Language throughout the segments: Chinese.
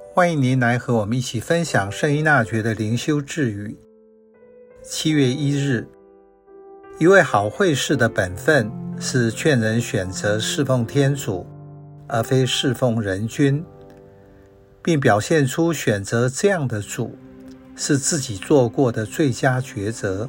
欢迎您来和我们一起分享圣依纳爵的灵修智语。7月1日，一位好会士的本分是劝人选择侍奉天主，而非侍奉人君，并表现出选择这样的主是自己做过的最佳抉择。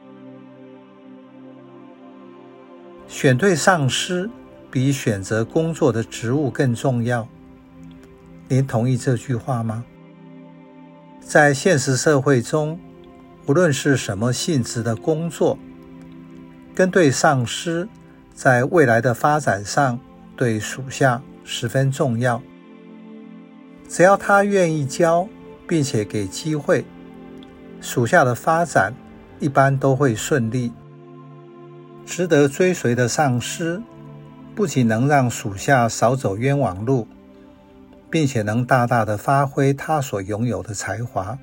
选对上司比选择工作的职务更重要。您同意这句话吗？在现实社会中，无论是什么性质的工作，跟对上司在未来的发展上对属下十分重要。只要他愿意教并且给机会，属下的发展一般都会顺利。值得追随的上司不仅能让属下少走冤枉路，并且能大大的发挥他所拥有的才华。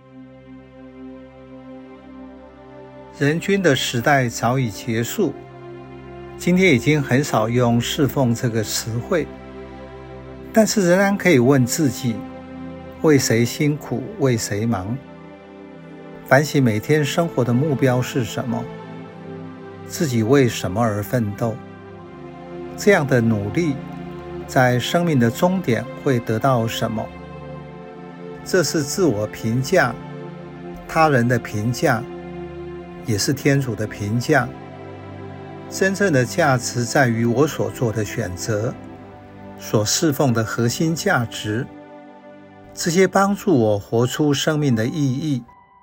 人君的时代早已结束，今天已经很少用侍奉这个词汇，但是仍然可以问自己，为谁辛苦，为谁忙？反省每天生活的目标是什么？自己为什么而奋斗？这样的努力在生命的终点会得到什么？这是自我评价，他人的评价，也是天主的评价。真正的价值在于我所做的选择，所侍奉的核心价值，这些帮助我活出生命的意义。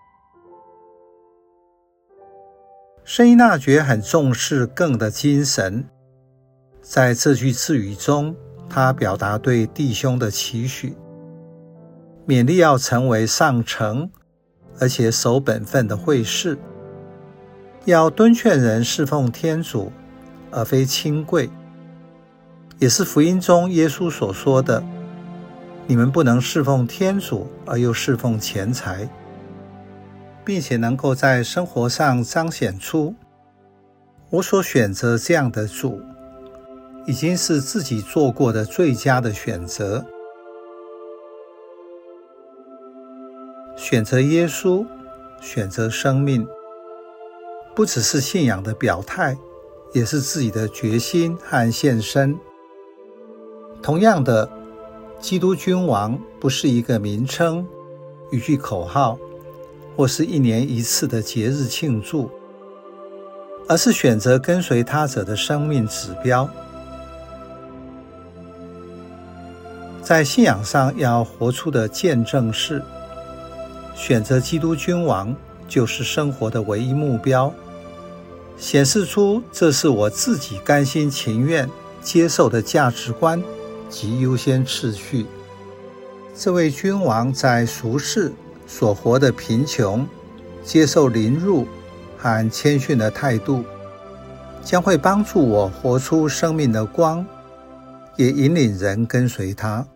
圣依纳爵很重视更的精神，在这句智语中，他表达对弟兄的期许，勉励要成为上乘而且守本分的会士，要敦劝人侍奉天主，而非亲贵，也是福音中耶稣所说的，你们不能侍奉天主而又侍奉钱财，并且能够在生活上彰显出，我所选择这样的主已经是自己做过的最佳的选择。选择耶稣，选择生命，不只是信仰的表态，也是自己的决心和献身。同样的，基督君王不是一个名称、一句口号，或是1年1次的节日庆祝，而是选择跟随他者的生命指标。在信仰上要活出的见证是，选择基督君王就是生活的唯一目标，显示出这是我自己甘心情愿接受的价值观及优先次序。这位君王在俗世所活的贫穷，接受凌辱和谦逊的态度，将会帮助我活出生命的光，也引领人跟随他。